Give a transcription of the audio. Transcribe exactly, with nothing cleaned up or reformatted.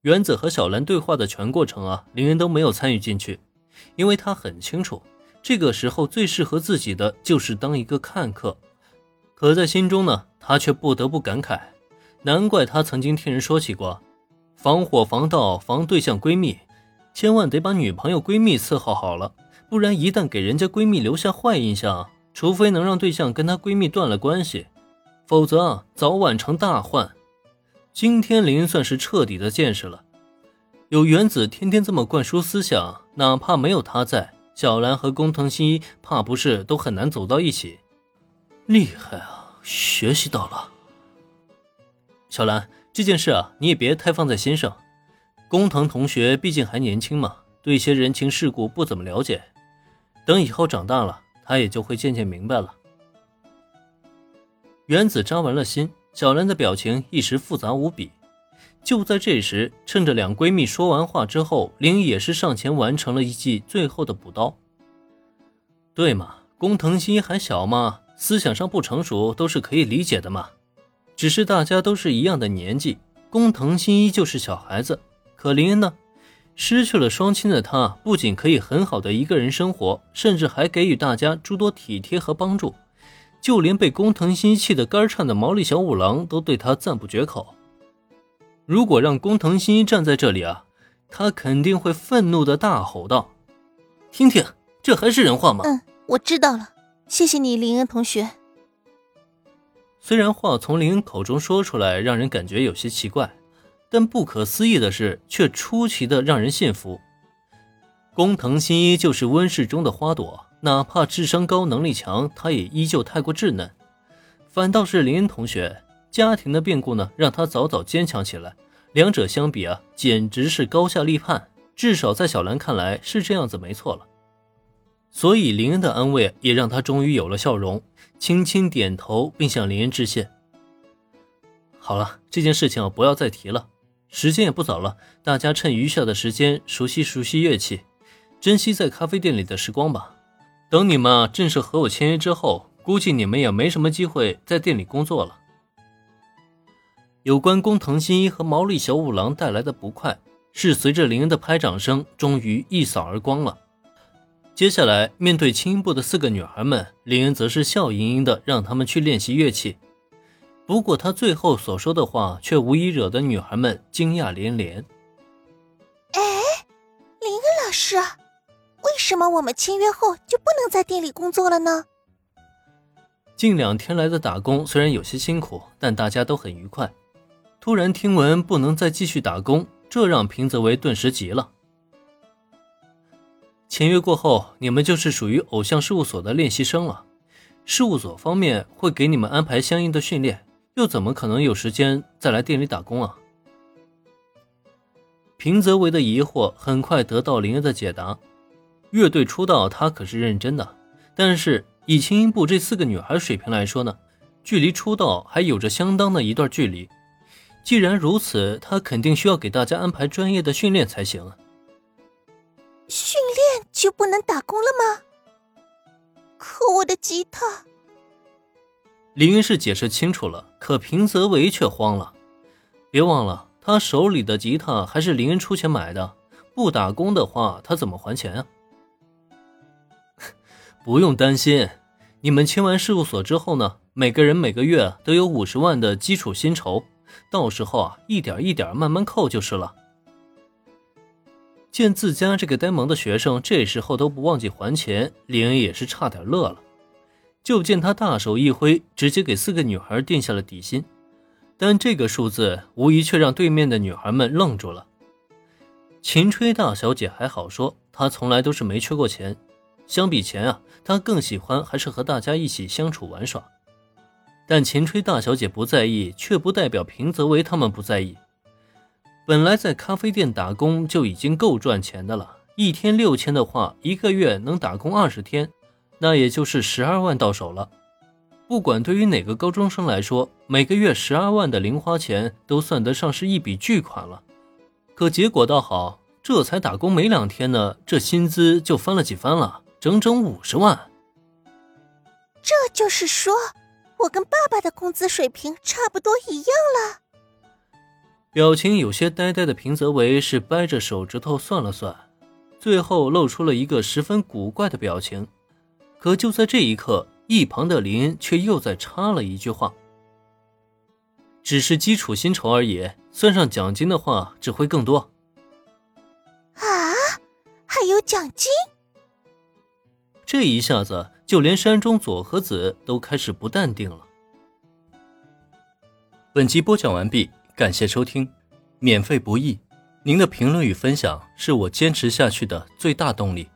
原子和小兰对话的全过程啊，林恩都没有参与进去，因为他很清楚，这个时候最适合自己的就是当一个看客。可在心中呢，他却不得不感慨，难怪他曾经听人说起过，防火防盗防对象闺蜜，千万得把女朋友闺蜜伺候好了，不然一旦给人家闺蜜留下坏印象，除非能让对象跟她闺蜜断了关系，否则啊，早晚成大患。今天林恩算是彻底的见识了，有原子天天这么灌输思想，哪怕没有他在，小兰和工藤新一怕不是都很难走到一起。厉害啊，学习到了。小兰，这件事啊，你也别太放在心上。工藤同学毕竟还年轻嘛，对一些人情世故不怎么了解，等以后长大了，他也就会渐渐明白了。原子扎完了心，小兰的表情一时复杂无比。就在这时，趁着两闺蜜说完话之后，林也是上前完成了一记最后的补刀。对嘛，工藤新一还小嘛，思想上不成熟都是可以理解的嘛。只是大家都是一样的年纪，工藤新一就是小孩子，可林恩呢，失去了双亲的他，不仅可以很好的一个人生活，甚至还给予大家诸多体贴和帮助，就连被工藤新一气得肝颤的毛利小五郎都对他赞不绝口。如果让工藤新一站在这里啊，他肯定会愤怒的大吼道：听听，这还是人话吗？ 嗯，我知道了，谢谢你林恩同学。 虽然话从林恩口中说出来让人感觉有些奇怪，但不可思议的是却出奇的让人信服。工藤新一就是温室中的花朵，哪怕智商高能力强，他也依旧太过稚嫩。反倒是林恩同学，家庭的变故呢，让他早早坚强起来，两者相比啊，简直是高下立判，至少在小兰看来是这样子没错了。所以林恩的安慰也让他终于有了笑容，轻轻点头并向林恩致谢。好了，这件事情不要再提了，时间也不早了，大家趁余下的时间熟悉熟悉乐器，珍惜在咖啡店里的时光吧。等你们啊正式和我签约之后，估计你们也没什么机会在店里工作了。有关工藤新一和毛利小五郎带来的不快，是随着林恩的拍掌声终于一扫而光了。接下来面对轻音部的四个女孩们，林恩则是笑吟吟的让她们去练习乐器。不过他最后所说的话却无疑惹得女孩们惊讶连连。 哎，林恩老师，为什么我们签约后就不能在店里工作了呢？ 近两天来的打工虽然有些辛苦，但大家都很愉快。突然听闻不能再继续打工，这让平泽唯顿时急了。签约过后，你们就是属于偶像事务所的练习生了。事务所方面会给你们安排相应的训练，又怎么可能有时间再来店里打工啊？平泽唯的疑惑很快得到林恩的解答。乐队出道他可是认真的，但是以轻音部这四个女孩水平来说呢，距离出道还有着相当的一段距离。既然如此，他肯定需要给大家安排专业的训练才行啊。 训练就不能打工了吗？可我的吉他…… 林恩是解释清楚了，可平泽唯却慌了。别忘了，他手里的吉他还是林恩出钱买的，不打工的话，他怎么还钱啊？不用担心，你们签完事务所之后呢，每个人每个月都有五十万的基础薪酬，到时候啊，一点一点慢慢扣就是了。见自家这个呆萌的学生这时候都不忘记还钱，林恩也是差点乐了。就见他大手一挥，直接给四个女孩定下了底薪，但这个数字无疑却让对面的女孩们愣住了。秦吹大小姐还好说，她从来都是没缺过钱，相比钱啊，她更喜欢还是和大家一起相处玩耍。但秦吹大小姐不在意，却不代表平泽唯他们不在意。本来在咖啡店打工就已经够赚钱的了，一天六千的话，一个月能打工二十天，那也就是十二万到手了。不管对于哪个高中生来说，每个月十二万的零花钱都算得上是一笔巨款了。可结果倒好，这才打工没两天呢，这薪资就翻了几番了，整整五十万。 这就是说，我跟爸爸的工资水平差不多一样了。 表情有些呆呆的平泽唯是掰着手指头算了算，最后露出了一个十分古怪的表情。可就在这一刻，一旁的林却又在插了一句话：只是基础薪酬而已，算上奖金的话只会更多。 啊，还有奖金？ 这一下子就连山中佐和子都开始不淡定了。本集播讲完毕，感谢收听，免费不易，您的评论与分享是我坚持下去的最大动力。